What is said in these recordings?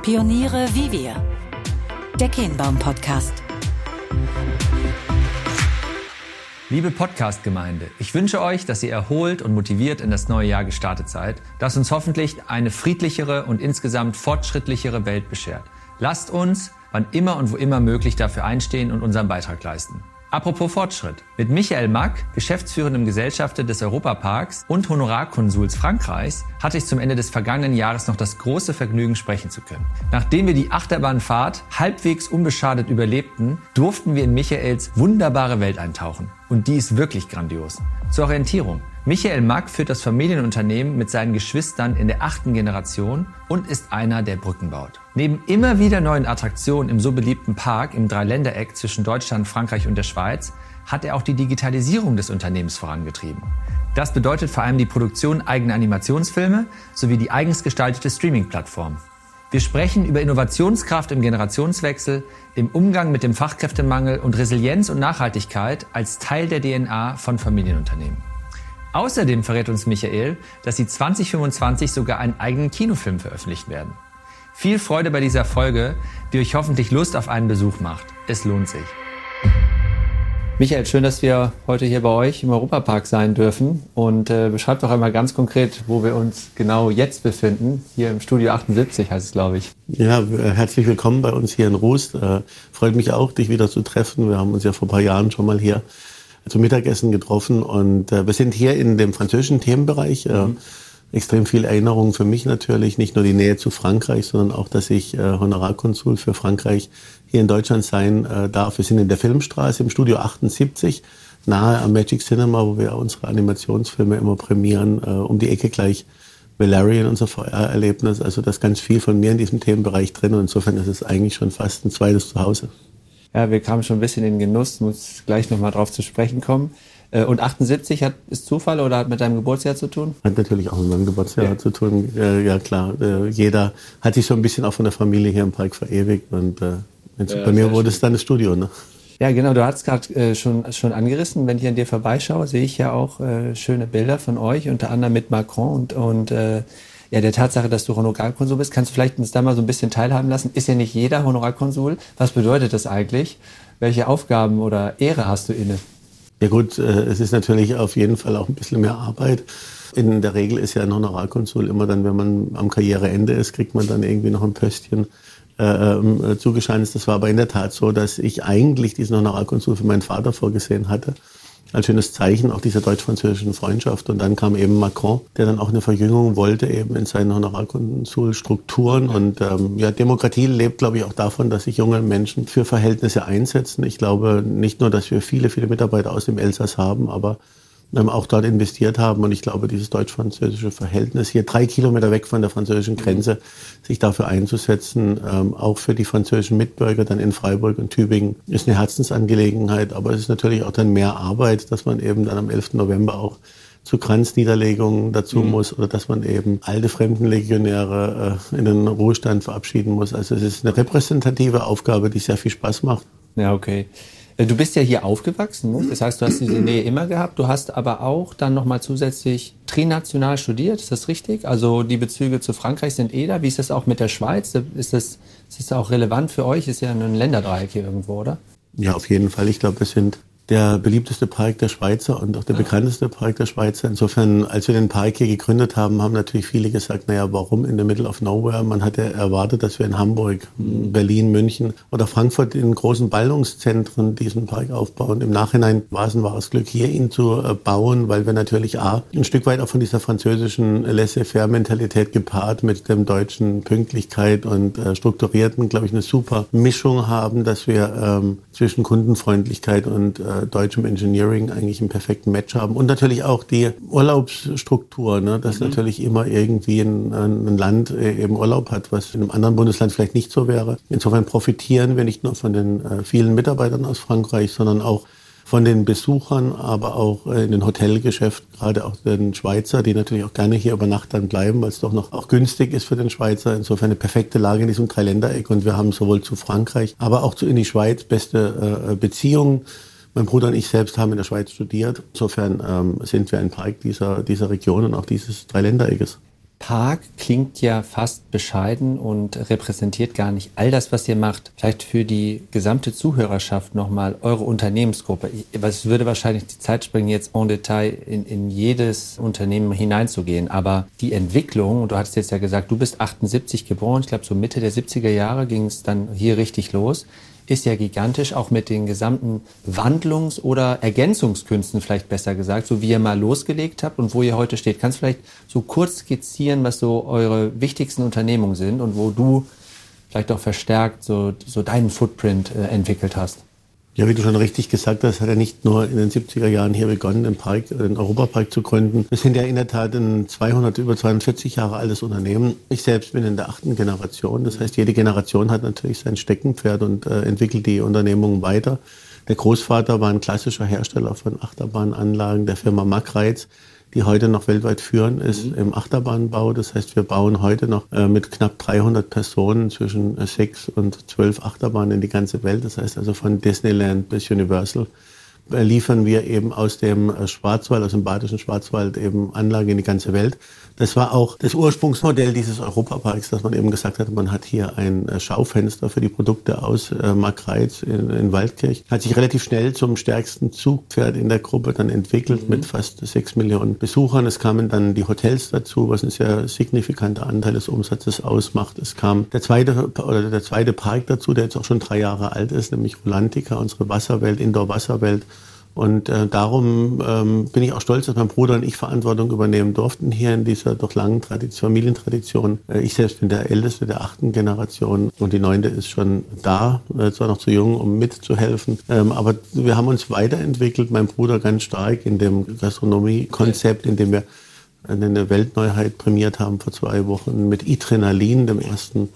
Pioniere wie wir. Der Kehnbaum-Podcast. Liebe Podcast-Gemeinde, ich wünsche euch, dass ihr erholt und motiviert in das neue Jahr gestartet seid, das uns hoffentlich eine friedlichere und insgesamt fortschrittlichere Welt beschert. Lasst uns, wann immer und wo immer möglich, dafür einstehen und unseren Beitrag leisten. Apropos Fortschritt. Mit Michael Mack, geschäftsführendem Gesellschafter des Europaparks und Honorarkonsuls Frankreichs, hatte ich zum Ende des vergangenen Jahres noch das große Vergnügen, sprechen zu können. Nachdem wir die Achterbahnfahrt halbwegs unbeschadet überlebten, durften wir in Michaels wunderbare Welt eintauchen. Und die ist wirklich grandios. Zur Orientierung. Michael Mack führt das Familienunternehmen mit seinen Geschwistern in der 8. Generation und ist einer, der Brücken baut. Neben immer wieder neuen Attraktionen im so beliebten Park im Dreiländereck zwischen Deutschland, Frankreich und der Schweiz hat er auch die Digitalisierung des Unternehmens vorangetrieben. Das bedeutet vor allem die Produktion eigener Animationsfilme sowie die eigens gestaltete Streaming-Plattform. Wir sprechen über Innovationskraft im Generationswechsel, im Umgang mit dem Fachkräftemangel und Resilienz und Nachhaltigkeit als Teil der DNA von Familienunternehmen. Außerdem verrät uns Michael, dass sie 2025 sogar einen eigenen Kinofilm veröffentlichen werden. Viel Freude bei dieser Folge, die euch hoffentlich Lust auf einen Besuch macht. Es lohnt sich. Michael, schön, dass wir heute hier bei euch im Europapark sein dürfen. Und beschreibt doch einmal ganz konkret, wo wir uns genau jetzt befinden. Hier im Studio 78 heißt es, glaube ich. Ja, herzlich willkommen bei uns hier in Rust. Freut mich auch, dich wieder zu treffen. Wir haben uns ja vor ein paar Jahren schon mal hier zum Mittagessen getroffen. Und wir sind hier in dem französischen Themenbereich. Extrem viel Erinnerung für mich natürlich. Nicht nur die Nähe zu Frankreich, sondern auch, dass ich Honorarkonsul für Frankreich hier in Deutschland sein darf. Wir sind in der Filmstraße im Studio 78, nahe am Magic Cinema, wo wir unsere Animationsfilme immer prämieren. Um die Ecke gleich Valerian, unser VR-Erlebnis. Also da ist ganz viel von mir in diesem Themenbereich drin. Und insofern ist es eigentlich schon fast ein zweites Zuhause. Ja, wir kamen schon ein bisschen in den Genuss, muss gleich nochmal drauf zu sprechen kommen. Und 78 ist Zufall oder hat mit deinem Geburtsjahr zu tun? Hat natürlich auch mit meinem Geburtsjahr zu tun. Ja klar, jeder hat sich so ein bisschen auch von der Familie hier im Park verewigt. Und bei mir wurde es dann das Studio, ne? Ja, genau, du hast gerade schon angerissen. Wenn ich an dir vorbeischaue, sehe ich ja auch schöne Bilder von euch, unter anderem mit Macron und der Tatsache, dass du Honorarkonsul bist. Kannst du vielleicht uns da mal so ein bisschen teilhaben lassen? Ist ja nicht jeder Honorarkonsul. Was bedeutet das eigentlich? Welche Aufgaben oder Ehre hast du inne? Ja gut, es ist natürlich auf jeden Fall auch ein bisschen mehr Arbeit. In der Regel ist ja ein Honorarkonsul immer dann, wenn man am Karriereende ist, kriegt man dann irgendwie noch ein Pöstchen zugeschanzt. Das war aber in der Tat so, dass ich eigentlich diesen Honorarkonsul für meinen Vater vorgesehen hatte. Als schönes Zeichen auch dieser deutsch-französischen Freundschaft. Und dann kam eben Macron, der dann auch eine Verjüngung wollte eben in seinen Honorarkonsulstrukturen. Und Demokratie lebt, glaube ich, auch davon, dass sich junge Menschen für Verhältnisse einsetzen. Ich glaube nicht nur, dass wir viele, viele Mitarbeiter aus dem Elsass haben, aber auch dort investiert haben. Und ich glaube, dieses deutsch-französische Verhältnis hier 3 Kilometer weg von der französischen Grenze, sich dafür einzusetzen, auch für die französischen Mitbürger dann in Freiburg und Tübingen, ist eine Herzensangelegenheit. Aber es ist natürlich auch dann mehr Arbeit, dass man eben dann am 11. November auch zu Kranzniederlegungen dazu muss oder dass man eben alte Fremdenlegionäre in den Ruhestand verabschieden muss. Also es ist eine repräsentative Aufgabe, die sehr viel Spaß macht. Ja, okay. Du bist ja hier aufgewachsen, ne? Das heißt, du hast diese Nähe immer gehabt. Du hast aber auch dann nochmal zusätzlich trinational studiert, ist das richtig? Also die Bezüge zu Frankreich sind da. Wie ist das auch mit der Schweiz? Ist das auch relevant für euch? Ist ja ein Länderdreieck hier irgendwo, oder? Ja, auf jeden Fall. Ich glaube, wir sind der beliebteste Park der Schweizer und auch der bekannteste Park der Schweizer. Insofern, als wir den Park hier gegründet haben, haben natürlich viele gesagt, naja, warum in the middle of nowhere? Man hatte erwartet, dass wir in Hamburg, Berlin, München oder Frankfurt in großen Ballungszentren diesen Park aufbauen. Im Nachhinein war es ein wahres Glück, hier ihn zu bauen, weil wir natürlich ein Stück weit auch von dieser französischen Laissez-faire-Mentalität gepaart mit dem deutschen Pünktlichkeit und strukturierten, glaube ich, eine super Mischung haben, dass wir zwischen Kundenfreundlichkeit und deutschem Engineering eigentlich einen perfekten Match haben. Und natürlich auch die Urlaubsstruktur, ne? Dass natürlich immer irgendwie ein Land eben Urlaub hat, was in einem anderen Bundesland vielleicht nicht so wäre. Insofern profitieren wir nicht nur von den vielen Mitarbeitern aus Frankreich, sondern auch von den Besuchern, aber auch in den Hotelgeschäft, gerade auch den Schweizer, die natürlich auch gerne hier über Nacht dann bleiben, weil es doch noch auch günstig ist für den Schweizer. Insofern eine perfekte Lage in diesem Dreiländereck. Und wir haben sowohl zu Frankreich, aber auch in die Schweiz beste Beziehungen. Mein Bruder und ich selbst haben in der Schweiz studiert. Insofern sind wir ein Park dieser Region und auch dieses Dreiländereckes. Park klingt ja fast bescheiden und repräsentiert gar nicht all das, was ihr macht. Vielleicht für die gesamte Zuhörerschaft nochmal eure Unternehmensgruppe. Es würde wahrscheinlich die Zeit springen, jetzt en Detail in jedes Unternehmen hineinzugehen. Aber die Entwicklung, und du hattest jetzt ja gesagt, du bist 78 geboren, ich glaube so Mitte der 70er Jahre ging es dann hier richtig los, ist ja gigantisch, auch mit den gesamten Wandlungs- oder Ergänzungskünsten vielleicht besser gesagt, so wie ihr mal losgelegt habt und wo ihr heute steht. Kannst du vielleicht so kurz skizzieren, was so eure wichtigsten Unternehmungen sind und wo du vielleicht auch verstärkt so deinen Footprint entwickelt hast? Ja, wie du schon richtig gesagt hast, hat er nicht nur in den 70er Jahren hier begonnen, den Europapark zu gründen. Wir sind ja in der Tat ein über 240 Jahre altes Unternehmen. Ich selbst bin in der 8. Generation. Das heißt, jede Generation hat natürlich sein Steckenpferd und entwickelt die Unternehmung weiter. Der Großvater war ein klassischer Hersteller von Achterbahnanlagen der Firma Mack-Reiz, die heute noch weltweit führend ist im Achterbahnbau. Das heißt, wir bauen heute noch mit knapp 300 Personen zwischen 6 und 12 Achterbahnen in die ganze Welt. Das heißt also von Disneyland bis Universal liefern wir eben aus dem Schwarzwald, aus dem badischen Schwarzwald eben Anlagen in die ganze Welt. Das war auch das Ursprungsmodell dieses Europaparks, dass man eben gesagt hat, man hat hier ein Schaufenster für die Produkte aus Mack-Reiz in Waldkirch. Hat sich relativ schnell zum stärksten Zugpferd in der Gruppe dann entwickelt mit fast 6 Millionen Besuchern. Es kamen dann die Hotels dazu, was ein sehr signifikanter Anteil des Umsatzes ausmacht. Es kam der zweite Park dazu, der jetzt auch schon 3 Jahre alt ist, nämlich Rolantica, unsere Wasserwelt, Indoor-Wasserwelt. Und darum bin ich auch stolz, dass mein Bruder und ich Verantwortung übernehmen durften hier in dieser doch langen Familientradition. Ich selbst bin der Älteste der 8. Generation und die 9. ist schon da, zwar noch zu jung, um mitzuhelfen. Aber wir haben uns weiterentwickelt, mein Bruder ganz stark in dem Gastronomie-Konzept, in dem wir eine Weltneuheit prämiert haben vor 2 Wochen mit Adrenalin, dem ersten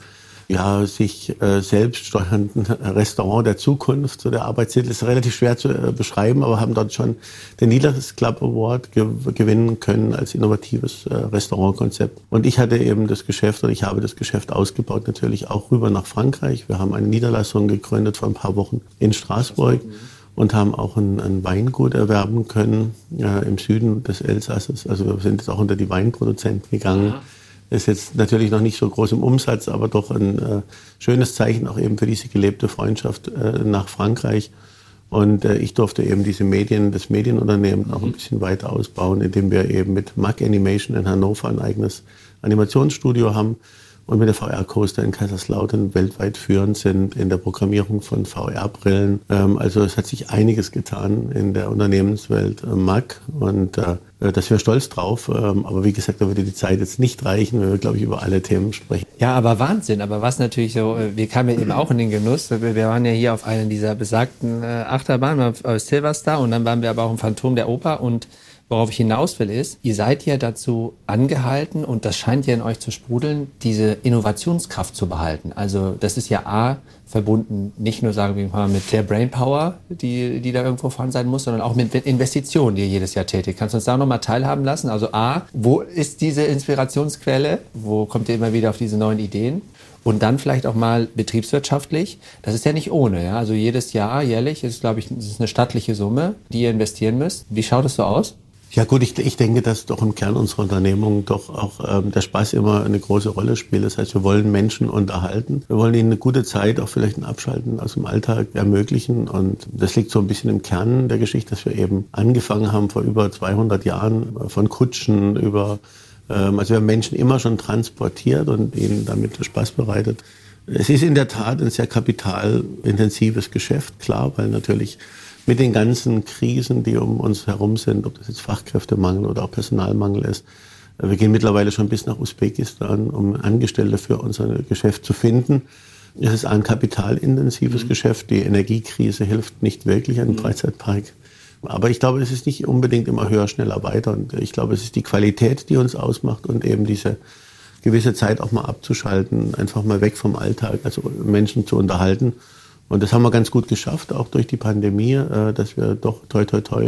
sich selbst steuernden Restaurant der Zukunft. So der Arbeitstitel ist relativ schwer zu beschreiben, aber haben dort schon den Leaders Club Award gewinnen können als innovatives Restaurantkonzept. Und ich hatte eben ich habe das Geschäft ausgebaut, natürlich auch rüber nach Frankreich. Wir haben eine Niederlassung gegründet vor ein paar Wochen in Straßburg und haben auch ein Weingut erwerben können im Süden des Elsasses. Also wir sind jetzt auch unter die Weinproduzenten gegangen. Ist jetzt natürlich noch nicht so groß im Umsatz, aber doch ein schönes Zeichen auch eben für diese gelebte Freundschaft nach Frankreich. Und ich durfte eben das Medienunternehmen auch ein bisschen weiter ausbauen, indem wir eben mit Mack Animation in Hannover ein eigenes Animationsstudio haben und mit der VR Coaster in Kaiserslautern weltweit führend sind in der Programmierung von VR-Brillen. Also es hat sich einiges getan in der Unternehmenswelt Mack und da sind wir stolz drauf. Aber wie gesagt, da würde die Zeit jetzt nicht reichen, wenn wir, glaube ich, über alle Themen sprechen. Ja, aber Wahnsinn. Aber was natürlich so, wir kamen ja eben auch in den Genuss. Wir waren ja hier auf einer dieser besagten Achterbahnen, auf Silverstar, und dann waren wir aber auch im Phantom der Oper. Und worauf ich hinaus will ist, ihr seid ja dazu angehalten, und das scheint ja in euch zu sprudeln, diese Innovationskraft zu behalten. Also das ist ja A, verbunden nicht nur, sagen wir mal, mit der Brainpower, die da irgendwo vorhanden sein muss, sondern auch mit Investitionen, die ihr jedes Jahr tätigt. Kannst du uns da nochmal teilhaben lassen? Also A, wo ist diese Inspirationsquelle? Wo kommt ihr immer wieder auf diese neuen Ideen? Und dann vielleicht auch mal betriebswirtschaftlich. Das ist ja nicht ohne. Ja? Also jedes Jahr, jährlich, ist, glaube ich, das ist eine stattliche Summe, die ihr investieren müsst. Wie schaut es so aus? Ja gut, ich denke, dass doch im Kern unserer Unternehmung doch auch der Spaß immer eine große Rolle spielt. Das heißt, wir wollen Menschen unterhalten. Wir wollen ihnen eine gute Zeit, auch vielleicht ein Abschalten aus dem Alltag ermöglichen. Und das liegt so ein bisschen im Kern der Geschichte, dass wir eben angefangen haben vor über 200 Jahren von Kutschen über, also wir haben Menschen immer schon transportiert und ihnen damit Spaß bereitet. Es ist in der Tat ein sehr kapitalintensives Geschäft, klar, weil natürlich mit den ganzen Krisen, die um uns herum sind, ob das jetzt Fachkräftemangel oder auch Personalmangel ist. Wir gehen mittlerweile schon bis nach Usbekistan, um Angestellte für unser Geschäft zu finden. Es ist ein kapitalintensives Geschäft. Die Energiekrise hilft nicht wirklich einem Freizeitpark. Aber ich glaube, es ist nicht unbedingt immer höher, schneller, weiter. Und ich glaube, es ist die Qualität, die uns ausmacht und eben diese gewisse Zeit auch mal abzuschalten, einfach mal weg vom Alltag, also Menschen zu unterhalten. Und das haben wir ganz gut geschafft, auch durch die Pandemie, dass wir doch toi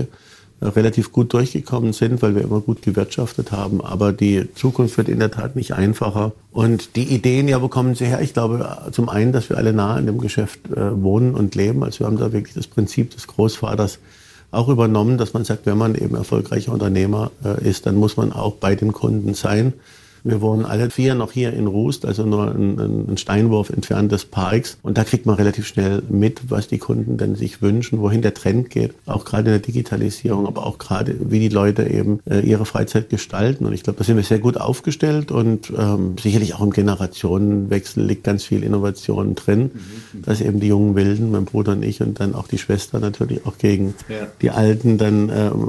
relativ gut durchgekommen sind, weil wir immer gut gewirtschaftet haben. Aber die Zukunft wird in der Tat nicht einfacher. Und die Ideen, ja, wo kommen sie her? Ich glaube zum einen, dass wir alle nah an dem Geschäft wohnen und leben. Also wir haben da wirklich das Prinzip des Großvaters auch übernommen, dass man sagt, wenn man eben erfolgreicher Unternehmer ist, dann muss man auch bei den Kunden sein. Wir wohnen alle 4 noch hier in Rust, also nur ein Steinwurf entfernt des Parks. Und da kriegt man relativ schnell mit, was die Kunden denn sich wünschen, wohin der Trend geht. Auch gerade in der Digitalisierung, aber auch gerade, wie die Leute eben ihre Freizeit gestalten. Und ich glaube, da sind wir sehr gut aufgestellt und sicherlich auch im Generationenwechsel liegt ganz viel Innovation drin, dass eben die jungen Wilden, mein Bruder und ich und dann auch die Schwester natürlich auch gegen die Alten dann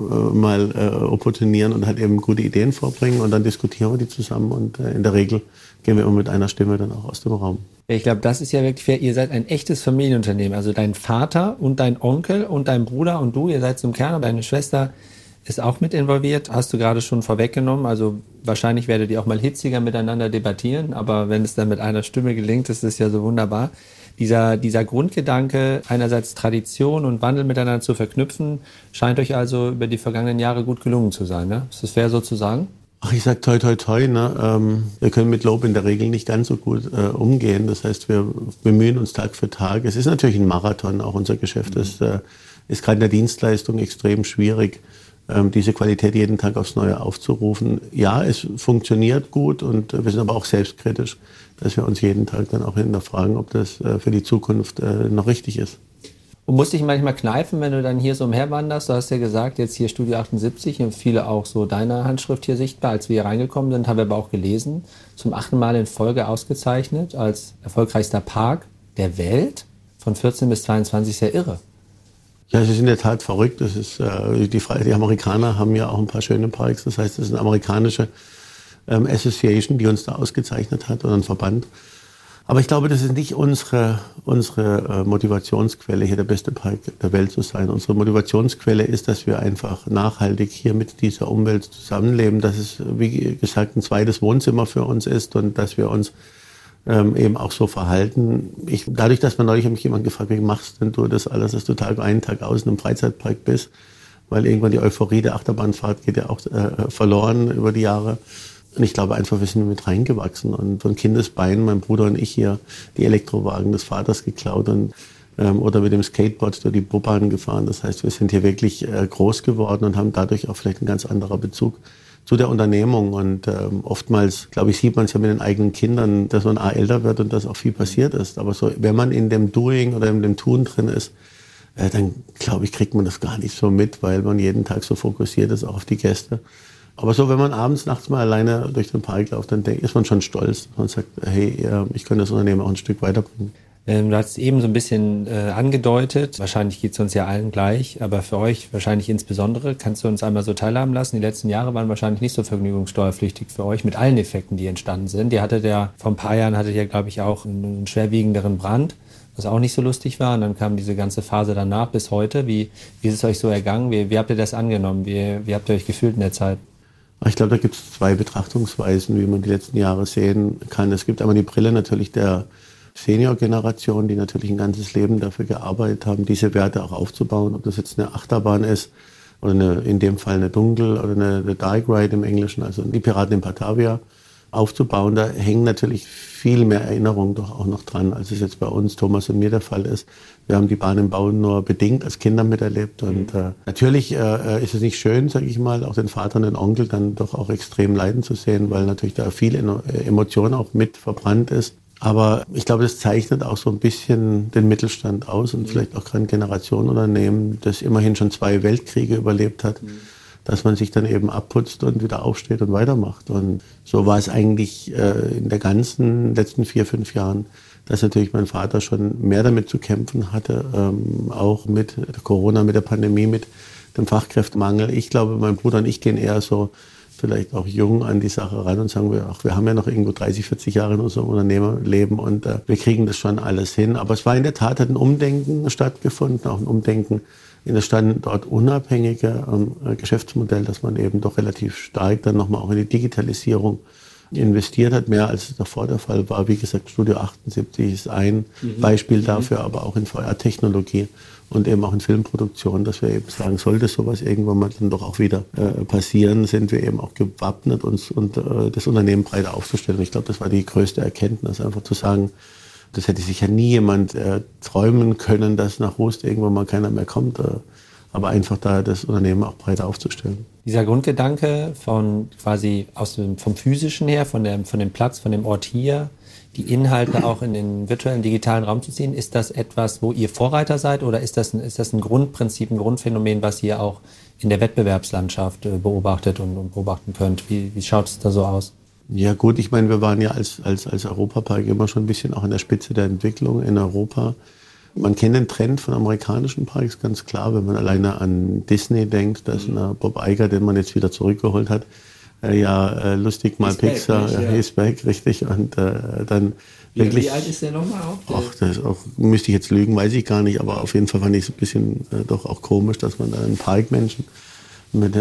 mal opportunieren und halt eben gute Ideen vorbringen und dann diskutieren wir die zusammen und in der Regel gehen wir immer mit einer Stimme dann auch aus dem Raum. Ich glaube, das ist ja wirklich fair. Ihr seid ein echtes Familienunternehmen. Also dein Vater und dein Onkel und dein Bruder und du, ihr seid zum Kern, und deine Schwester ist auch mit involviert. Hast du gerade schon vorweggenommen. Also wahrscheinlich werdet ihr auch mal hitziger miteinander debattieren, aber wenn es dann mit einer Stimme gelingt, ist es ja so wunderbar. Dieser Grundgedanke, einerseits Tradition und Wandel miteinander zu verknüpfen, scheint euch also über die vergangenen Jahre gut gelungen zu sein, ne? Ist das fair so zu sagen? Ach, ich sag toi toi toi, ne? Wir können mit Lob in der Regel nicht ganz so gut umgehen. Das heißt, wir bemühen uns Tag für Tag. Es ist natürlich ein Marathon, auch unser Geschäft ist gerade in der Dienstleistung extrem schwierig, diese Qualität jeden Tag aufs Neue aufzurufen. Ja, es funktioniert gut und wir sind aber auch selbstkritisch, dass wir uns jeden Tag dann auch hinterfragen, ob das für die Zukunft noch richtig ist. Und musst dich manchmal kneifen, wenn du dann hier so umherwanderst? Du hast ja gesagt, jetzt hier Studio 78 und viele auch so deine Handschrift hier sichtbar. Als wir hier reingekommen sind, haben wir aber auch gelesen, zum 8. Mal in Folge ausgezeichnet als erfolgreichster Park der Welt von 14 bis 22, sehr irre. Ja, es ist in der Tat verrückt. Das ist, die Amerikaner haben ja auch ein paar schöne Parks. Das heißt, es ist eine amerikanische Association, die uns da ausgezeichnet hat, oder ein Verband. Aber ich glaube, das ist nicht unsere Motivationsquelle, hier der beste Park der Welt zu sein. Unsere Motivationsquelle ist, dass wir einfach nachhaltig hier mit dieser Umwelt zusammenleben, dass es, wie gesagt, ein zweites Wohnzimmer für uns ist und dass wir uns eben auch so verhalten. Dadurch, dass man neulich hat mich jemand gefragt, wie machst denn du das alles, dass du Tag ein, Tag aus in einem Freizeitpark bist, weil irgendwann die Euphorie der Achterbahnfahrt geht ja auch verloren über die Jahre. Und ich glaube einfach, wir sind mit reingewachsen und von Kindesbeinen, mein Bruder und ich hier, die Elektrowagen des Vaters geklaut und oder mit dem Skateboard durch die Bobbahn gefahren. Das heißt, wir sind hier wirklich groß geworden und haben dadurch auch vielleicht einen ganz anderen Bezug zu der Unternehmung. Und oftmals, glaube ich, sieht man es ja mit den eigenen Kindern, dass man älter wird und dass auch viel passiert ist. Aber so, wenn man in dem Doing oder in dem Tun drin ist, dann, glaube ich, kriegt man das gar nicht so mit, weil man jeden Tag so fokussiert ist, auch auf die Gäste. Aber so, wenn man abends, nachts mal alleine durch den Park läuft, dann ist man schon stolz und sagt, hey, ich kann das Unternehmen auch ein Stück weiterbringen. Du hast es eben so ein bisschen angedeutet, wahrscheinlich geht es uns ja allen gleich, aber für euch wahrscheinlich insbesondere. Kannst du uns einmal so teilhaben lassen? Die letzten Jahre waren wahrscheinlich nicht so vergnügungssteuerpflichtig für euch, mit allen Effekten, die entstanden sind. Vor ein paar Jahren hattet ihr, glaube ich, auch einen schwerwiegenderen Brand, was auch nicht so lustig war. Und dann kam diese ganze Phase danach bis heute. Wie ist es euch so ergangen? Wie habt ihr das angenommen? Wie habt ihr euch gefühlt in der Zeit? Ich glaube, da gibt es 2 Betrachtungsweisen, wie man die letzten Jahre sehen kann. Es gibt einmal die Brille natürlich der Senior-Generation, die natürlich ein ganzes Leben dafür gearbeitet haben, diese Werte auch aufzubauen. Ob das jetzt eine Achterbahn ist oder in dem Fall eine Dunkel- oder eine Dark Ride im Englischen, also die Piraten in Batavia aufzubauen. Da hängen natürlich viel mehr Erinnerungen doch auch noch dran, als es jetzt bei uns, Thomas und mir, der Fall ist. Wir haben die Bahn im Bau nur bedingt als Kinder miterlebt. Und natürlich ist es nicht schön, sage ich mal, auch den Vater und den Onkel dann doch auch extrem leiden zu sehen, weil natürlich da viel Emotion auch mit verbrannt ist. Aber ich glaube, das zeichnet auch so ein bisschen den Mittelstand aus und vielleicht auch gerade ein Generationenunternehmen, das immerhin schon 2 Weltkriege überlebt hat, dass man sich dann eben abputzt und wieder aufsteht und weitermacht. Und so war es eigentlich in der ganzen letzten 4-5 Jahren, dass natürlich mein Vater schon mehr damit zu kämpfen hatte, auch mit Corona, mit der Pandemie, mit dem Fachkräftemangel. Ich glaube, mein Bruder und ich gehen eher so vielleicht auch jung an die Sache ran und sagen wir, wir haben ja noch irgendwo 30, 40 Jahre in unserem Unternehmerleben und wir kriegen das schon alles hin. Aber es war in der Tat, hat ein Umdenken stattgefunden, auch ein Umdenken in das standortunabhängige Geschäftsmodell, dass man eben doch relativ stark dann nochmal auch in die Digitalisierung investiert hat, mehr als davor der Fall war. Wie gesagt, Studio 78 ist ein Beispiel dafür, aber auch in VR-Technologie und eben auch in Filmproduktion, dass wir eben sagen, sollte sowas irgendwann mal dann doch auch wieder passieren, sind wir eben auch gewappnet, uns und das Unternehmen breiter aufzustellen. Und ich glaube, das war die größte Erkenntnis, einfach zu sagen, das hätte sich ja nie jemand träumen können, dass nach Rust irgendwann mal keiner mehr kommt, aber einfach da das Unternehmen auch breiter aufzustellen. Dieser Grundgedanke von quasi vom Physischen her, von dem Platz, von dem Ort hier, die Inhalte auch in den virtuellen, digitalen Raum zu ziehen, ist das etwas, wo ihr Vorreiter seid oder ist das ein Grundprinzip, ein Grundphänomen, was ihr auch in der Wettbewerbslandschaft beobachtet und beobachten könnt? Wie schaut es da so aus? Ja gut, ich meine, wir waren ja als Europapark immer schon ein bisschen auch an der Spitze der Entwicklung in Europa. Man kennt den Trend von amerikanischen Parks ganz klar, wenn man alleine an Disney denkt, dass Bob Iger, den man jetzt wieder zurückgeholt hat, lustig mal Pixar, he's back, richtig, und dann wirklich... Wie alt ist der nochmal auch? Ach, das auch, müsste ich jetzt lügen, weiß ich gar nicht, aber auf jeden Fall fand ich es ein bisschen doch auch komisch, dass man da einen Parkmenschen mit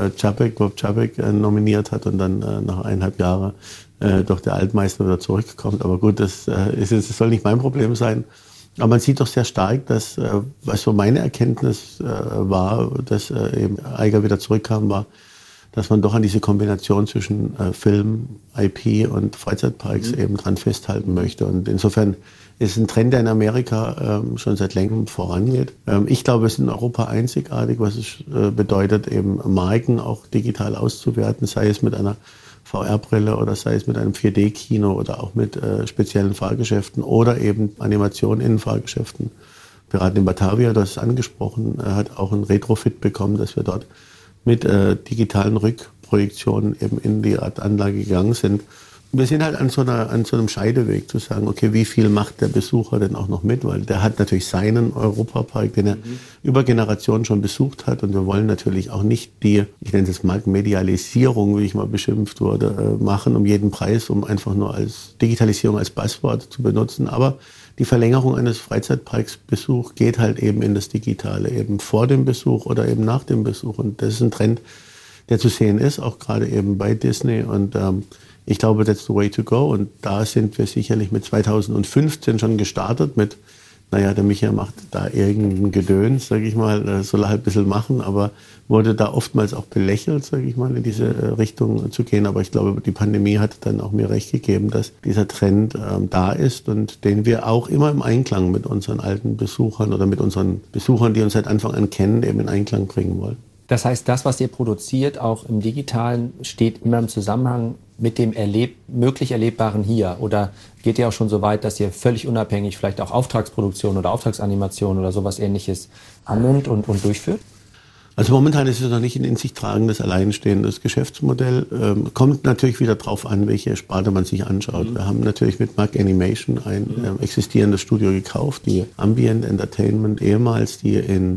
Bob Chapek nominiert hat und dann nach 1,5 Jahren doch der Altmeister wieder zurückkommt. Aber gut, das soll nicht mein Problem sein. Aber man sieht doch sehr stark, dass, was so meine Erkenntnis war, dass eben Iger wieder zurückkam, war, dass man doch an diese Kombination zwischen Film, IP und Freizeitparks eben dran festhalten möchte. Und insofern ist ein Trend, der in Amerika schon seit längerem vorangeht. Ich glaube, es ist in Europa einzigartig, was es bedeutet, eben Marken auch digital auszuwerten, sei es mit einer VR-Brille oder sei es mit einem 4D-Kino oder auch mit speziellen Fahrgeschäften oder eben Animationen in Fahrgeschäften. Piraten in Batavia, das ist angesprochen, hat auch ein Retrofit bekommen, dass wir dort mit digitalen Rückprojektionen eben in die Anlage gegangen sind. Wir sind halt an so einem Scheideweg zu sagen, okay, wie viel macht der Besucher denn auch noch mit? Weil der hat natürlich seinen Europapark, den er über Generationen schon besucht hat. Und wir wollen natürlich auch nicht die, ich nenne es mal Medialisierung, wie ich mal beschimpft wurde, machen um jeden Preis, um einfach nur als Digitalisierung als Buzzword zu benutzen. Aber die Verlängerung eines Freizeitparksbesuchs geht halt eben in das Digitale, eben vor dem Besuch oder eben nach dem Besuch. Und das ist ein Trend, der zu sehen ist, auch gerade eben bei Disney. Und ich glaube, that's the way to go. Und da sind wir sicherlich mit 2015 schon gestartet mit, der Michael macht da irgendein Gedöns, sage ich mal, soll er halt ein bisschen machen, aber wurde da oftmals auch belächelt, sage ich mal, in diese Richtung zu gehen. Aber ich glaube, die Pandemie hat dann auch mir recht gegeben, dass dieser Trend da ist und den wir auch immer im Einklang mit unseren alten Besuchern oder mit unseren Besuchern, die uns seit Anfang an kennen, eben in Einklang bringen wollen. Das heißt, das, was ihr produziert, auch im Digitalen, steht immer im Zusammenhang mit dem möglich Erlebbaren hier? Oder geht ihr auch schon so weit, dass ihr völlig unabhängig vielleicht auch Auftragsproduktion oder Auftragsanimation oder sowas Ähnliches annimmt und durchführt? Also momentan ist es noch nicht ein in sich tragendes, alleinstehendes Geschäftsmodell. Kommt natürlich wieder drauf an, welche Sparte man sich anschaut. Wir haben natürlich mit Mac Animation ein existierendes Studio gekauft, die Ambient Entertainment ehemals, die in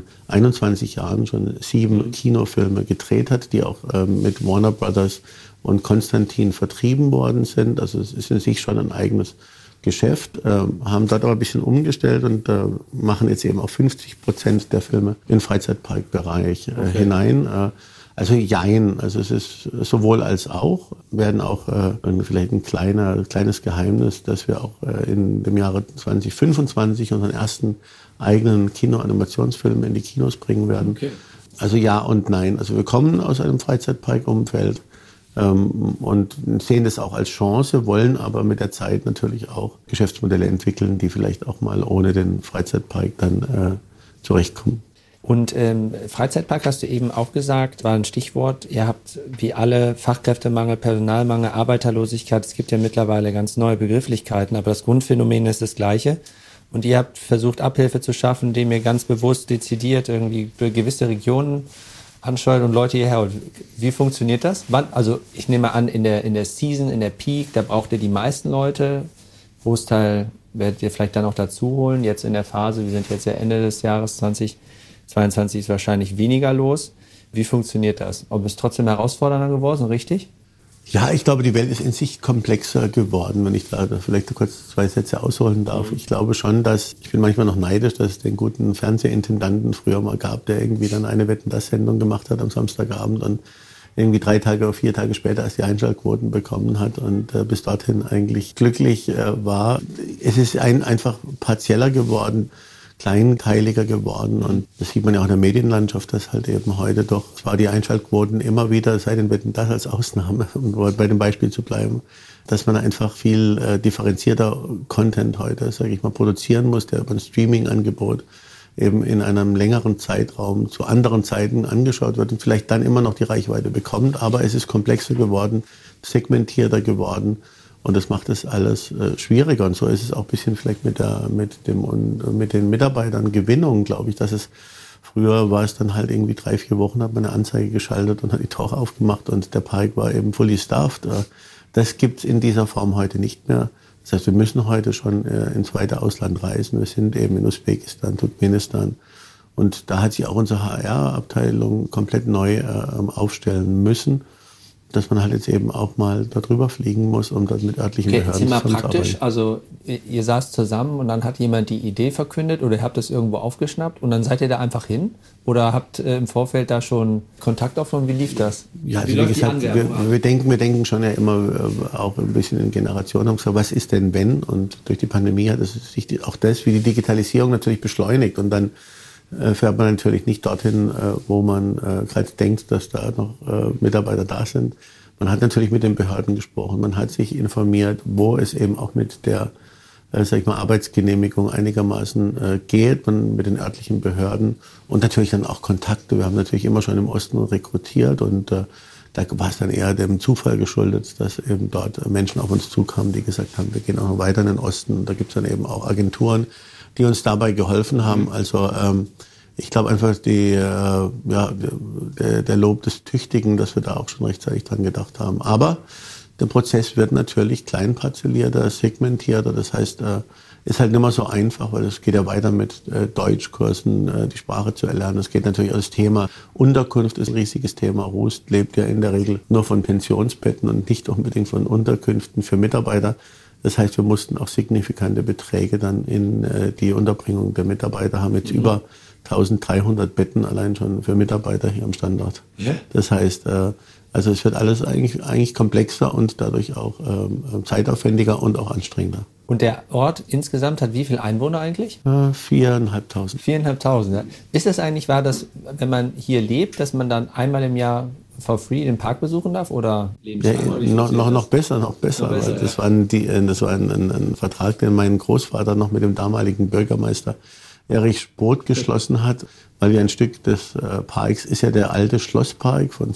21 Jahren schon 7 Kinofilme gedreht hat, die auch mit Warner Brothers und Konstantin vertrieben worden sind. Also es ist in sich schon ein eigenes Geschäft, haben dort aber ein bisschen umgestellt und machen jetzt eben auch 50% der Filme in den Freizeitparkbereich hinein. Also jein, also es ist sowohl als auch, werden auch vielleicht ein kleines Geheimnis, dass wir auch in dem Jahre 2025 unseren ersten eigenen Kino-Animationsfilm in die Kinos bringen werden. Okay. Also ja und nein. Also wir kommen aus einem Freizeitpark-Umfeld und sehen das auch als Chance, wollen aber mit der Zeit natürlich auch Geschäftsmodelle entwickeln, die vielleicht auch mal ohne den Freizeitpark dann zurechtkommen. Und Freizeitpark hast du eben auch gesagt, war ein Stichwort. Ihr habt wie alle Fachkräftemangel, Personalmangel, Arbeiterlosigkeit. Es gibt ja mittlerweile ganz neue Begrifflichkeiten, aber das Grundphänomen ist das gleiche. Und ihr habt versucht, Abhilfe zu schaffen, indem ihr ganz bewusst dezidiert irgendwie gewisse Regionen ansteuert und Leute hierher holt. Wie funktioniert das? Also ich nehme an, in der Season, in der Peak, da braucht ihr die meisten Leute. Großteil werdet ihr vielleicht dann auch dazu holen. Jetzt in der Phase, wir sind jetzt ja Ende des Jahres 2022, ist wahrscheinlich weniger los. Wie funktioniert das? Ob es trotzdem herausfordernder geworden, richtig? Ja, ich glaube, die Welt ist in sich komplexer geworden, wenn ich da vielleicht kurz 2 Sätze ausholen darf. Ich glaube schon, ich bin manchmal noch neidisch, dass es den guten Fernsehintendanten früher mal gab, der irgendwie dann eine Wetten-dass-Sendung gemacht hat am Samstagabend und irgendwie 3 Tage oder 4 Tage später erst die Einschaltquoten bekommen hat und bis dorthin eigentlich glücklich war. Es ist einfach partieller geworden, kleinteiliger geworden und das sieht man ja auch in der Medienlandschaft, dass halt eben heute doch zwar die Einschaltquoten immer wieder, sei denn Wetten-dass als Ausnahme, um bei dem Beispiel zu bleiben, dass man einfach viel differenzierter Content heute, sage ich mal, produzieren muss, der über ein Streaming-Angebot eben in einem längeren Zeitraum zu anderen Zeiten angeschaut wird und vielleicht dann immer noch die Reichweite bekommt. Aber es ist komplexer geworden, segmentierter geworden und das macht es alles schwieriger. Und so ist es auch ein bisschen vielleicht mit den Mitarbeitern Gewinnung, glaube ich, dass es früher war es dann halt irgendwie 3-4 Wochen, hat man eine Anzeige geschaltet und hat die Tore aufgemacht und der Park war eben fully staffed. Das gibt's in dieser Form heute nicht mehr. Das heißt, wir müssen heute schon ins weite Ausland reisen. Wir sind eben in Usbekistan, Turkmenistan. Und da hat sich auch unsere HR-Abteilung komplett neu aufstellen müssen, dass man halt jetzt eben auch mal da drüber fliegen muss, um dort mit örtlichen Behörden zusammenzuarbeiten. Praktisch, also ihr saßt zusammen und dann hat jemand die Idee verkündet oder ihr habt das irgendwo aufgeschnappt und dann seid ihr da einfach hin? Oder habt im Vorfeld da schon Kontakt aufgenommen? Wie lief das? Ja, also wie gesagt, wir denken schon ja immer auch ein bisschen in Generationen. Haben gesagt, was ist denn wenn? Und durch die Pandemie hat es sich auch das, wie die Digitalisierung natürlich beschleunigt. Und dann fährt man natürlich nicht dorthin, wo man gerade denkt, dass da noch Mitarbeiter da sind. Man hat natürlich mit den Behörden gesprochen, man hat sich informiert, wo es eben auch mit der Arbeitsgenehmigung einigermaßen geht, man mit den örtlichen Behörden und natürlich dann auch Kontakte. Wir haben natürlich immer schon im Osten rekrutiert und da war es dann eher dem Zufall geschuldet, dass eben dort Menschen auf uns zukamen, die gesagt haben, wir gehen auch noch weiter in den Osten. Und da gibt es dann eben auch Agenturen, die uns dabei geholfen haben. Also ich glaube einfach, der Lob des Tüchtigen, dass wir da auch schon rechtzeitig dran gedacht haben. Aber der Prozess wird natürlich kleinparzellierter, segmentierter. Das heißt, ist halt nicht mehr so einfach, weil es geht ja weiter mit Deutschkursen, die Sprache zu erlernen. Es geht natürlich auch das Thema Unterkunft ist ein riesiges Thema. Rust lebt ja in der Regel nur von Pensionsbetten und nicht unbedingt von Unterkünften für Mitarbeiter. Das heißt, wir mussten auch signifikante Beträge dann in die Unterbringung der Mitarbeiter haben. Jetzt über 1300 Betten allein schon für Mitarbeiter hier am Standort. Ja. Das heißt, also es wird alles eigentlich komplexer und dadurch auch zeitaufwendiger und auch anstrengender. Und der Ort insgesamt hat wie viele Einwohner eigentlich? 4.500. 4.500. Ja. Ist das eigentlich wahr, dass wenn man hier lebt, dass man dann einmal im Jahr for free den Park besuchen darf oder noch besser. Weil das war ein Vertrag, den mein Großvater noch mit dem damaligen Bürgermeister Erich Spoth geschlossen hat, weil ja ein Stück des Parks ist ja der alte Schlosspark von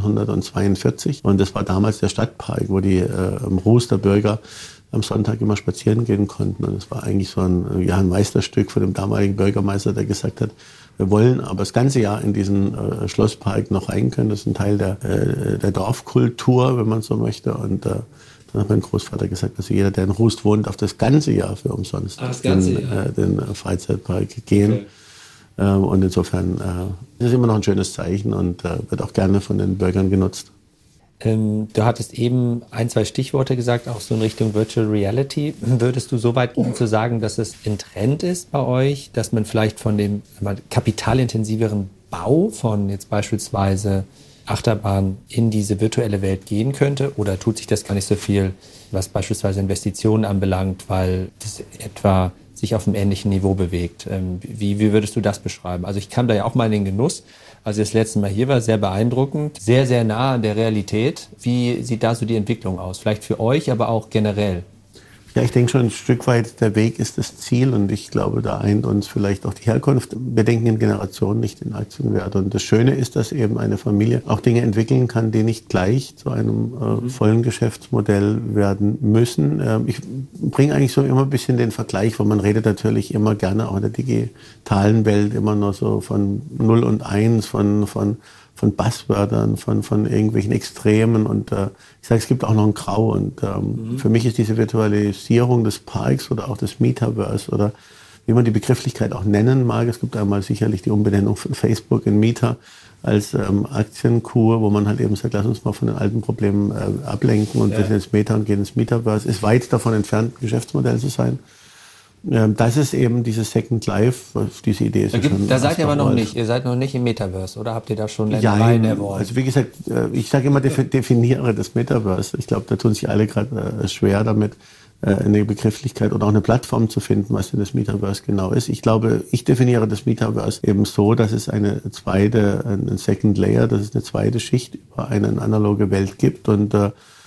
1442 und das war damals der Stadtpark, wo die Ruster Bürger am Sonntag immer spazieren gehen konnten und es war eigentlich so ein Meisterstück von dem damaligen Bürgermeister, der gesagt hat, wir wollen aber das ganze Jahr in diesen Schlosspark noch rein können. Das ist ein Teil der Dorfkultur, wenn man so möchte. Und dann hat mein Großvater gesagt, dass jeder, der in Rust wohnt, auf das ganze Jahr für umsonst den Freizeitpark gehen. Okay. Und insofern ist es immer noch ein schönes Zeichen und wird auch gerne von den Bürgern genutzt. Du hattest eben 1-2 Stichworte gesagt, auch so in Richtung Virtual Reality. Würdest du so weit gehen zu sagen, dass es ein Trend ist bei euch, dass man vielleicht von dem kapitalintensiveren Bau von jetzt beispielsweise Achterbahn in diese virtuelle Welt gehen könnte? Oder tut sich das gar nicht so viel, was beispielsweise Investitionen anbelangt, weil das etwa sich auf einem ähnlichen Niveau bewegt? Wie würdest du das beschreiben? Also ich kam da ja auch mal in den Genuss, als ich das letzte Mal hier war, sehr beeindruckend, sehr, sehr nah an der Realität. Wie sieht da so die Entwicklung aus? Vielleicht für euch, aber auch generell. Ja, ich denke schon ein Stück weit, der Weg ist das Ziel und ich glaube, da eint uns vielleicht auch die Herkunft. Wir denken in Generationen, nicht in Aktienwert. Und das Schöne ist, dass eben eine Familie auch Dinge entwickeln kann, die nicht gleich zu einem vollen Geschäftsmodell werden müssen. Ich bringe eigentlich so immer ein bisschen den Vergleich, weil man redet natürlich immer gerne auch in der digitalen Welt immer nur so von 0 und 1, von Buzzwörtern, von irgendwelchen Extremen und ich sage, es gibt auch noch ein Grau und für mich ist diese Virtualisierung des Parks oder auch des Metaverse oder wie man die Begrifflichkeit auch nennen mag, es gibt einmal sicherlich die Umbenennung von Facebook in Meta als Aktienkur, wo man halt eben sagt, lass uns mal von den alten Problemen ablenken und wir sind ins Meta und gehen ins Metaverse, ist weit davon entfernt, ein Geschäftsmodell zu sein. Das ist eben dieses Second Life, diese Idee ist da seid ihr aber noch nicht, ihr seid noch nicht im Metaverse, oder habt ihr da schon Ländereien erworben? Also wie gesagt, ich sage immer, definiere das Metaverse. Ich glaube, da tun sich alle gerade schwer damit, eine Begrifflichkeit oder auch eine Plattform zu finden, was denn das Metaverse genau ist. Ich glaube, ich definiere das Metaverse eben so, dass es ein Second Layer, dass es eine zweite Schicht über eine analoge Welt gibt und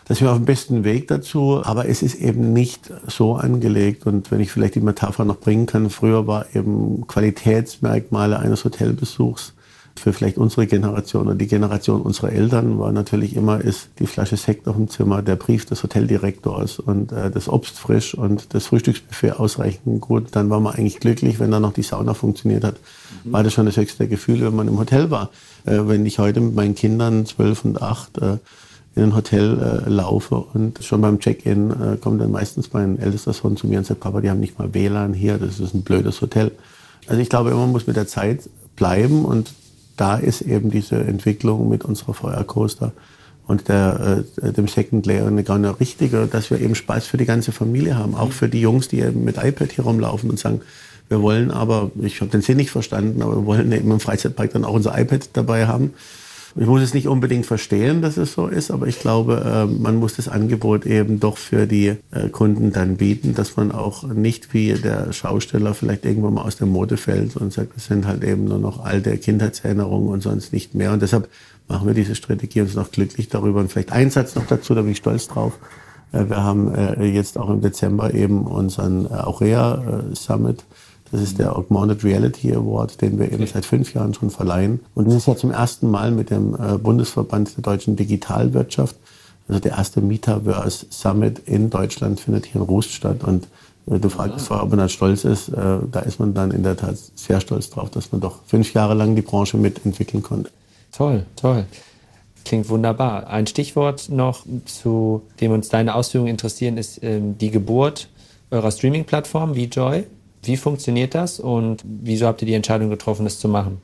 Da sind wir auf dem besten Weg dazu, aber es ist eben nicht so angelegt. Und wenn ich vielleicht die Metapher noch bringen kann, früher war eben Qualitätsmerkmale eines Hotelbesuchs für vielleicht unsere Generation oder die Generation unserer Eltern war natürlich immer, ist die Flasche Sekt auf dem Zimmer, der Brief des Hoteldirektors und das Obst frisch und das Frühstücksbuffet ausreichend gut. Dann war man eigentlich glücklich, wenn dann noch die Sauna funktioniert hat. War das schon das höchste Gefühl, wenn man im Hotel war. Wenn ich heute mit meinen Kindern 12 und 8 in ein Hotel laufe und schon beim Check-in kommt dann meistens mein ältester Sohn zu mir und sagt, Papa, die haben nicht mal WLAN hier, das ist ein blödes Hotel. Also ich glaube, man muss mit der Zeit bleiben und da ist eben diese Entwicklung mit unserer VR Coaster und dem Second Layer eine richtige, dass wir eben Spaß für die ganze Familie haben. Auch für die Jungs, die eben mit iPad hier rumlaufen und sagen, wir wollen aber, ich habe den Sinn nicht verstanden, aber wir wollen eben im Freizeitpark dann auch unser iPad dabei haben. Ich muss es nicht unbedingt verstehen, dass es so ist, aber ich glaube, man muss das Angebot eben doch für die Kunden dann bieten, dass man auch nicht wie der Schausteller vielleicht irgendwann mal aus der Mode fällt und sagt, das sind halt eben nur noch alte Kindheitserinnerungen und sonst nicht mehr. Und deshalb machen wir diese Strategie uns noch glücklich darüber. Und vielleicht ein Satz noch dazu, da bin ich stolz drauf. Wir haben jetzt auch im Dezember eben unseren Aurea Summit. Das ist der Augmented Reality Award, den wir eben seit 5 Jahren schon verleihen. Und das ist ja zum ersten Mal mit dem Bundesverband der deutschen Digitalwirtschaft. Also der erste Metaverse Summit in Deutschland findet hier in Rust statt. Und du fragst vorher, ob man da stolz ist. Da ist man dann in der Tat sehr stolz drauf, dass man doch 5 Jahre lang die Branche mitentwickeln konnte. Toll, toll. Klingt wunderbar. Ein Stichwort noch, zu dem uns deine Ausführungen interessieren, ist die Geburt eurer Streaming-Plattform VJoy. Wie funktioniert das und wieso habt ihr die Entscheidung getroffen, das zu machen?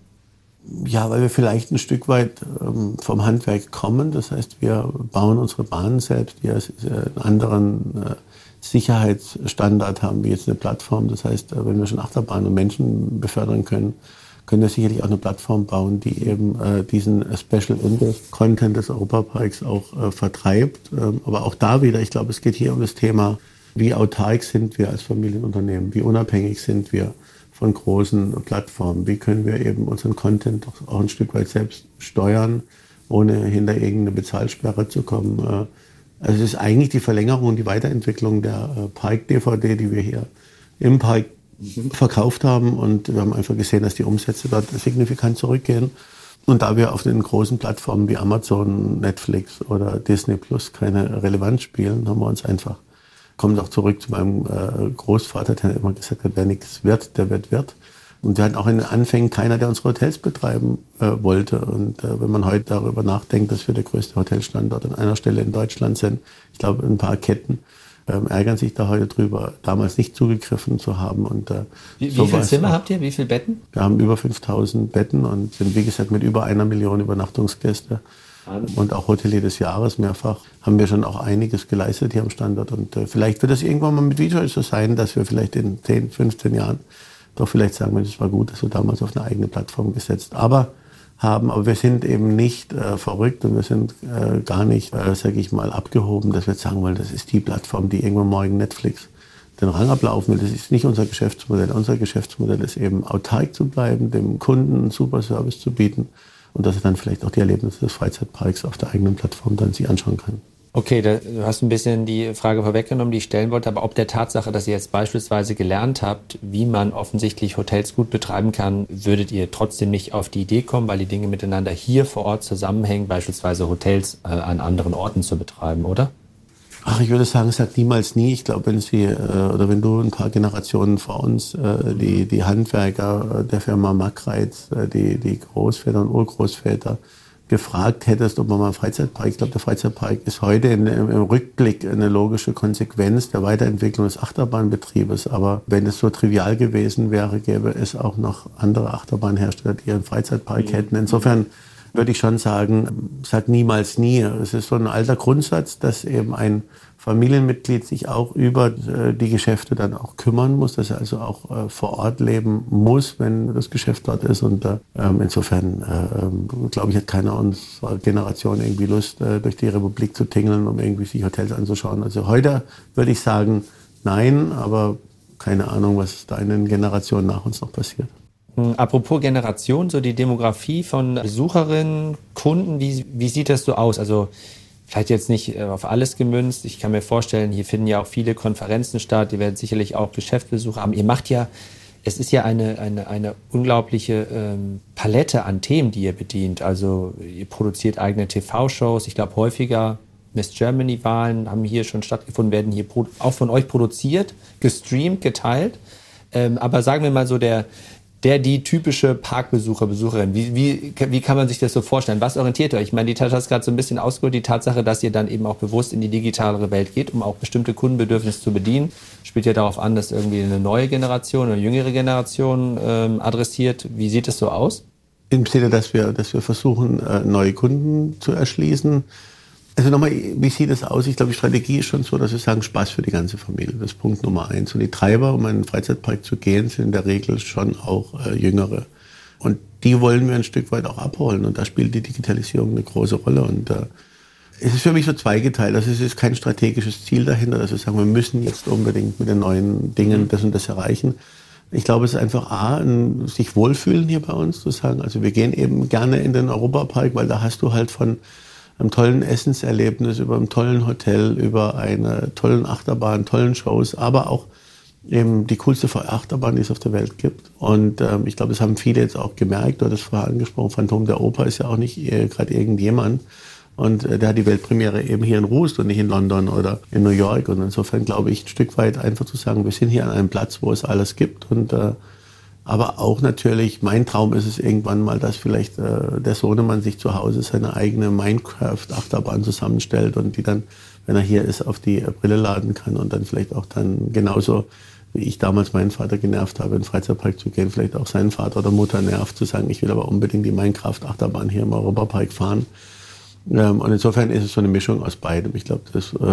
Ja, weil wir vielleicht ein Stück weit vom Handwerk kommen. Das heißt, wir bauen unsere Bahnen selbst, die einen anderen Sicherheitsstandard haben wie jetzt eine Plattform. Das heißt, wenn wir schon Achterbahnen und Menschen befördern können, können wir sicherlich auch eine Plattform bauen, die eben diesen Special Interest Content des Europaparks auch vertreibt. Aber auch da wieder, ich glaube, es geht hier um das Thema, wie autark sind wir als Familienunternehmen? Wie unabhängig sind wir von großen Plattformen? Wie können wir eben unseren Content auch ein Stück weit selbst steuern, ohne hinter irgendeine Bezahlsperre zu kommen? Also es ist eigentlich die Verlängerung und die Weiterentwicklung der Park-DVD, die wir hier im Park verkauft haben. Und wir haben einfach gesehen, dass die Umsätze dort signifikant zurückgehen. Und da wir auf den großen Plattformen wie Amazon, Netflix oder Disney Plus keine Relevanz spielen, haben wir uns einfach kommt auch zurück zu meinem Großvater, der immer gesagt hat, wer nichts wird, der wird. Und wir hatten auch in den Anfängen keiner, der unsere Hotels betreiben wollte. Und wenn man heute darüber nachdenkt, dass wir der größte Hotelstandort an einer Stelle in Deutschland sind, ich glaube, ein paar Ketten ärgern sich da heute drüber, damals nicht zugegriffen zu haben. Und wie viele Zimmer habt ihr? Wie viele Betten? Wir haben über 5000 Betten und sind, wie gesagt, mit über 1 Million Übernachtungsgäste. Und auch Hotelier des Jahres mehrfach, haben wir schon auch einiges geleistet hier am Standort. Und vielleicht wird es irgendwann mal mit VJoy so sein, dass wir vielleicht in 10, 15 Jahren doch vielleicht sagen, es war gut, dass wir damals auf eine eigene Plattform gesetzt haben. Aber wir sind eben nicht verrückt und wir sind gar nicht, sage ich mal, abgehoben, dass wir jetzt sagen wollen, das ist die Plattform, die irgendwann morgen Netflix den Rang ablaufen will. Das ist nicht unser Geschäftsmodell. Unser Geschäftsmodell ist eben autark zu bleiben, dem Kunden einen super Service zu bieten. Und dass er dann vielleicht auch die Erlebnisse des Freizeitparks auf der eigenen Plattform dann sich anschauen kann. Okay, du hast ein bisschen die Frage vorweggenommen, die ich stellen wollte, aber ob der Tatsache, dass ihr jetzt beispielsweise gelernt habt, wie man offensichtlich Hotels gut betreiben kann, würdet ihr trotzdem nicht auf die Idee kommen, weil die Dinge miteinander hier vor Ort zusammenhängen, beispielsweise Hotels an anderen Orten zu betreiben, oder? Ach, ich würde sagen, sagt niemals nie. Ich glaube, wenn du ein paar Generationen vor uns, die Handwerker der Firma Mackreiz, die Großväter und Urgroßväter gefragt hättest, ob man mal einen Freizeitpark, ich glaube, der Freizeitpark ist heute im Rückblick eine logische Konsequenz der Weiterentwicklung des Achterbahnbetriebes. Aber wenn es so trivial gewesen wäre, gäbe es auch noch andere Achterbahnhersteller, die ihren Freizeitpark hätten. Insofern würde ich schon sagen, sag niemals nie. Es ist so ein alter Grundsatz, dass eben ein Familienmitglied sich auch über die Geschäfte dann auch kümmern muss, dass er also auch vor Ort leben muss, wenn das Geschäft dort ist. Und insofern, glaube ich, hat keiner unserer Generation irgendwie Lust, durch die Republik zu tingeln, um irgendwie sich Hotels anzuschauen. Also heute würde ich sagen, nein, aber keine Ahnung, was da in den Generationen nach uns noch passiert. Apropos Generation, so die Demografie von Besucherinnen, Kunden, wie sieht das so aus? Also Vielleicht jetzt nicht auf alles gemünzt. Ich kann mir vorstellen, hier finden ja auch viele Konferenzen statt. Ihr werdet sicherlich auch Geschäftsbesuche haben. Es ist ja eine unglaubliche Palette an Themen, die ihr bedient. Also ihr produziert eigene TV-Shows. Ich glaube, häufiger Miss Germany-Wahlen haben hier schon stattgefunden, werden hier auch von euch produziert, gestreamt, geteilt. Aber sagen wir mal so, die typische Parkbesucher, Besucherin, wie kann man sich das so vorstellen? Was orientiert euch? Ich meine, die Tat hat gerade so ein bisschen ausgeholt, die Tatsache, dass ihr dann eben auch bewusst in die digitalere Welt geht, um auch bestimmte Kundenbedürfnisse zu bedienen, spielt ja darauf an, dass irgendwie eine neue Generation, eine jüngere Generation adressiert. Wie sieht es so aus? Im Sinne, dass wir versuchen, neue Kunden zu erschließen. Also nochmal, wie sieht es aus? Ich glaube, die Strategie ist schon so, dass wir sagen, Spaß für die ganze Familie. Das ist Punkt Nummer 1. Und die Treiber, um in einen Freizeitpark zu gehen, sind in der Regel schon auch Jüngere. Und die wollen wir ein Stück weit auch abholen. Und da spielt die Digitalisierung eine große Rolle. Und es ist für mich so zweigeteilt. Also es ist kein strategisches Ziel dahinter, dass wir sagen, wir müssen jetzt unbedingt mit den neuen Dingen das und das erreichen. Ich glaube, es ist einfach sich wohlfühlen hier bei uns, zu sagen, also wir gehen eben gerne in den Europapark, weil da hast du halt von einem tollen Essenserlebnis, über einem tollen Hotel, über eine tollen Achterbahn, tollen Shows, aber auch eben die coolste Achterbahn, die es auf der Welt gibt. Und ich glaube, das haben viele jetzt auch gemerkt. Du hattest vorher angesprochen, Phantom der Oper ist ja auch nicht gerade irgendjemand. Und der hat die Weltpremiere eben hier in Rust und nicht in London oder in New York. Und insofern glaube ich, ein Stück weit einfach zu sagen, wir sind hier an einem Platz, wo es alles gibt. Und aber auch natürlich, mein Traum ist es irgendwann mal, dass vielleicht der Sohnemann sich zu Hause seine eigene Minecraft-Achterbahn zusammenstellt und die dann, wenn er hier ist, auf die Brille laden kann und dann vielleicht auch dann genauso, wie ich damals meinen Vater genervt habe, in den Freizeitpark zu gehen, vielleicht auch seinen Vater oder Mutter nervt, zu sagen, ich will aber unbedingt die Minecraft-Achterbahn hier im Europapark fahren. Und insofern ist es so eine Mischung aus beidem. Ich glaube,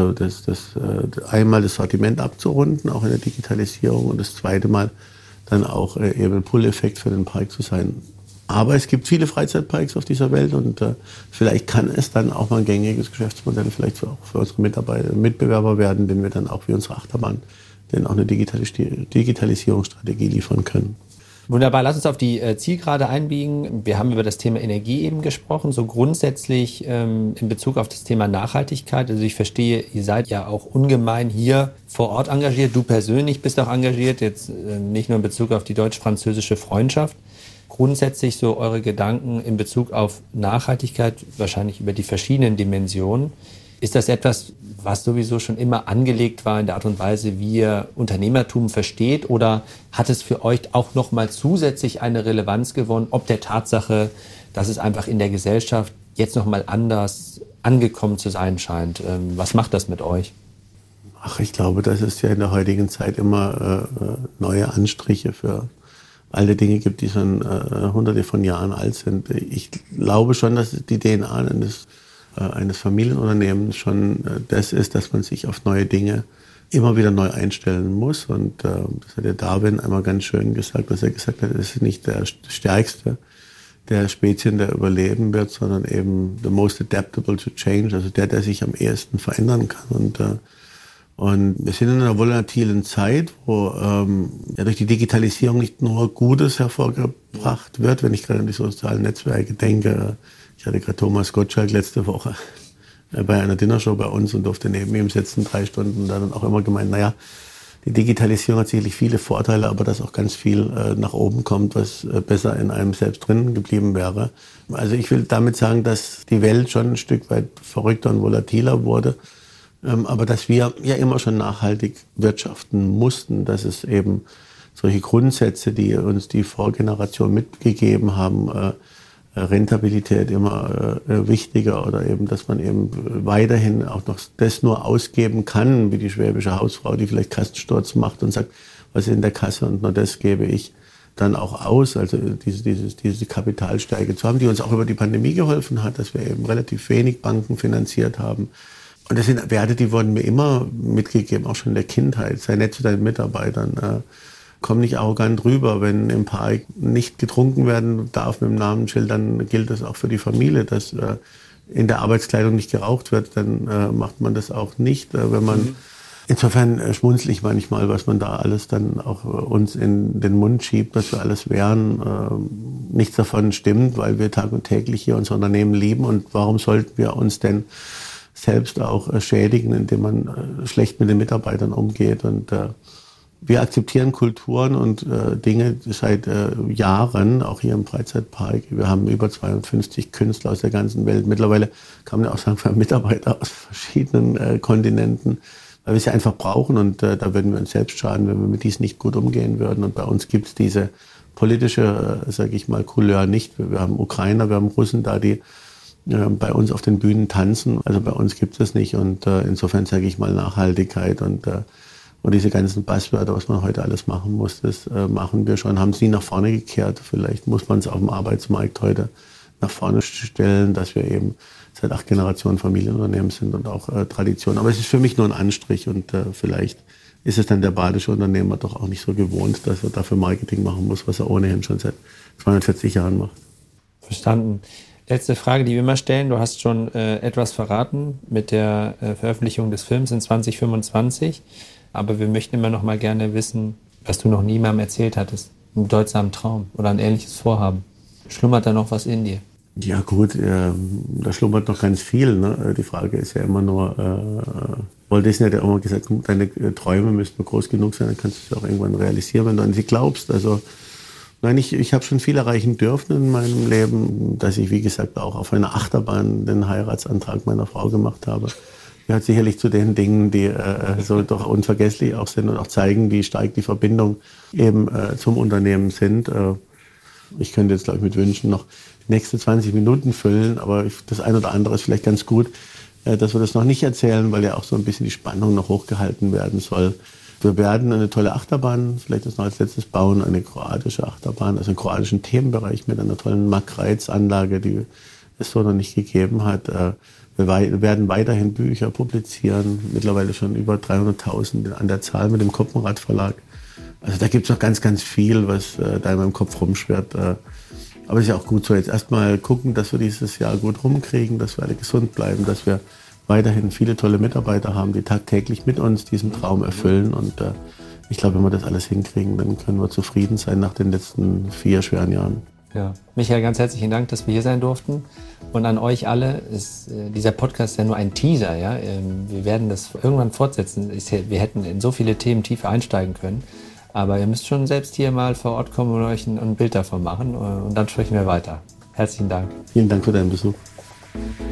einmal das Sortiment abzurunden, auch in der Digitalisierung, und das zweite Mal dann auch eben ein Pull-Effekt für den Park zu sein. Aber es gibt viele Freizeitparks auf dieser Welt und vielleicht kann es dann auch mal ein gängiges Geschäftsmodell vielleicht auch für unsere Mitarbeiter, Mitbewerber werden, denen wir dann auch wie unsere Achterbahn denen auch eine Digitalisierungsstrategie liefern können. Wunderbar, lass uns auf die Zielgerade einbiegen. Wir haben über das Thema Energie eben gesprochen, so grundsätzlich in Bezug auf das Thema Nachhaltigkeit. Also ich verstehe, ihr seid ja auch ungemein hier vor Ort engagiert. Du persönlich bist auch engagiert, jetzt nicht nur in Bezug auf die deutsch-französische Freundschaft. Grundsätzlich so eure Gedanken in Bezug auf Nachhaltigkeit, wahrscheinlich über die verschiedenen Dimensionen. Ist das etwas, was sowieso schon immer angelegt war in der Art und Weise, wie ihr Unternehmertum versteht? Oder hat es für euch auch nochmal zusätzlich eine Relevanz gewonnen, ob der Tatsache, dass es einfach in der Gesellschaft jetzt nochmal anders angekommen zu sein scheint? Was macht das mit euch? Ach, ich glaube, dass es ja in der heutigen Zeit immer neue Anstriche für alte Dinge gibt, die schon hunderte von Jahren alt sind. Ich glaube schon, dass die DNA eines Familienunternehmens schon das ist, dass man sich auf neue Dinge immer wieder neu einstellen muss. Und das hat der Darwin einmal ganz schön gesagt, dass er gesagt hat, es ist nicht der Stärkste der Spezien, der überleben wird, sondern eben the most adaptable to change, also der sich am ehesten verändern kann. Und wir sind in einer volatilen Zeit, wo durch die Digitalisierung nicht nur Gutes hervorgebracht wird, wenn ich gerade an die sozialen Netzwerke denke. Ich hatte gerade Thomas Gottschalk letzte Woche bei einer Dinnershow bei uns und durfte neben ihm sitzen 3 Stunden und dann auch immer gemeint, naja, die Digitalisierung hat sicherlich viele Vorteile, aber dass auch ganz viel nach oben kommt, was besser in einem selbst drin geblieben wäre. Also ich will damit sagen, dass die Welt schon ein Stück weit verrückter und volatiler wurde, aber dass wir ja immer schon nachhaltig wirtschaften mussten, dass es eben solche Grundsätze, die uns die Vorgeneration mitgegeben haben, Rentabilität immer wichtiger oder eben, dass man eben weiterhin auch noch das nur ausgeben kann, wie die schwäbische Hausfrau, die vielleicht Kassensturz macht und sagt, was ist in der Kasse und nur das gebe ich dann auch aus. Also diese Kapitalsteige zu haben, die uns auch über die Pandemie geholfen hat, dass wir eben relativ wenig Banken finanziert haben. Und das sind Werte, die wurden mir immer mitgegeben, auch schon in der Kindheit. Sei nett zu deinen Mitarbeitern. Komm nicht arrogant rüber, wenn im Park nicht getrunken werden darf mit dem Namensschild, dann gilt das auch für die Familie, dass in der Arbeitskleidung nicht geraucht wird, dann macht man das auch nicht. Wenn man insofern schmunzle ich manchmal, was man da alles dann auch uns in den Mund schiebt, dass wir alles wären. Nichts davon stimmt, weil wir tag und täglich hier unser Unternehmen lieben und warum sollten wir uns denn selbst auch schädigen, indem man schlecht mit den Mitarbeitern umgeht. Und wir akzeptieren Kulturen und Dinge seit Jahren, auch hier im Freizeitpark. Wir haben über 250 Künstler aus der ganzen Welt. Mittlerweile kann man ja auch sagen, wir haben Mitarbeiter aus verschiedenen Kontinenten, weil wir sie einfach brauchen. Und da würden wir uns selbst schaden, wenn wir mit dies nicht gut umgehen würden. Und bei uns gibt es diese politische, sage ich mal, Couleur nicht. Wir haben Ukrainer, wir haben Russen da, die bei uns auf den Bühnen tanzen. Also bei uns gibt es nicht. Und insofern sage ich mal Nachhaltigkeit und diese ganzen Buzzwörter, was man heute alles machen muss, das machen wir schon, haben es nie nach vorne gekehrt. Vielleicht muss man es auf dem Arbeitsmarkt heute nach vorne stellen, dass wir eben seit 8 Generationen Familienunternehmen sind und auch Tradition. Aber es ist für mich nur ein Anstrich und vielleicht ist es dann der badische Unternehmer doch auch nicht so gewohnt, dass er dafür Marketing machen muss, was er ohnehin schon seit 240 Jahren macht. Verstanden. Letzte Frage, die wir immer stellen. Du hast schon etwas verraten mit der Veröffentlichung des Films in 2025. Aber wir möchten immer noch mal gerne wissen, was du noch niemandem erzählt hattest. Einen bedeutsamen Traum oder ein ähnliches Vorhaben. Schlummert da noch was in dir? Ja gut, da schlummert noch ganz viel. Ne? Die Frage ist ja immer nur, Walt Disney hat ja immer gesagt, deine Träume müssten nur groß genug sein, dann kannst du es auch irgendwann realisieren, wenn du an sie glaubst. Also nein, ich habe schon viel erreichen dürfen in meinem Leben, dass ich, wie gesagt, auch auf einer Achterbahn den Heiratsantrag meiner Frau gemacht habe. Gehört sicherlich zu den Dingen, die so doch unvergesslich auch sind und auch zeigen, wie stark die Verbindung eben zum Unternehmen sind. Ich könnte jetzt, glaube ich, mit Wünschen noch die nächsten 20 Minuten füllen, aber das eine oder andere ist vielleicht ganz gut, dass wir das noch nicht erzählen, weil ja auch so ein bisschen die Spannung noch hochgehalten werden soll. Wir werden eine tolle Achterbahn, vielleicht das noch als letztes bauen, eine kroatische Achterbahn, also einen kroatischen Themenbereich mit einer tollen Mack-Reiz-Anlage, die es so noch nicht gegeben hat. Wir werden weiterhin Bücher publizieren, mittlerweile schon über 300.000 an der Zahl mit dem Koppenrad Verlag. Also da gibt es noch ganz, ganz viel, was da in meinem Kopf rumschwirrt. Aber es ist ja auch gut so. Jetzt erstmal gucken, dass wir dieses Jahr gut rumkriegen, dass wir alle gesund bleiben, dass wir weiterhin viele tolle Mitarbeiter haben, die tagtäglich mit uns diesen Traum erfüllen. Und ich glaube, wenn wir das alles hinkriegen, dann können wir zufrieden sein nach den letzten 4 schweren Jahren. Ja, Michael, ganz herzlichen Dank, dass wir hier sein durften. Und an euch alle, dieser Podcast ja nur ein Teaser. Ja? Wir werden das irgendwann fortsetzen. Wir hätten in so viele Themen tiefer einsteigen können. Aber ihr müsst schon selbst hier mal vor Ort kommen und euch ein Bild davon machen. Und dann sprechen wir weiter. Herzlichen Dank. Vielen Dank für deinen Besuch.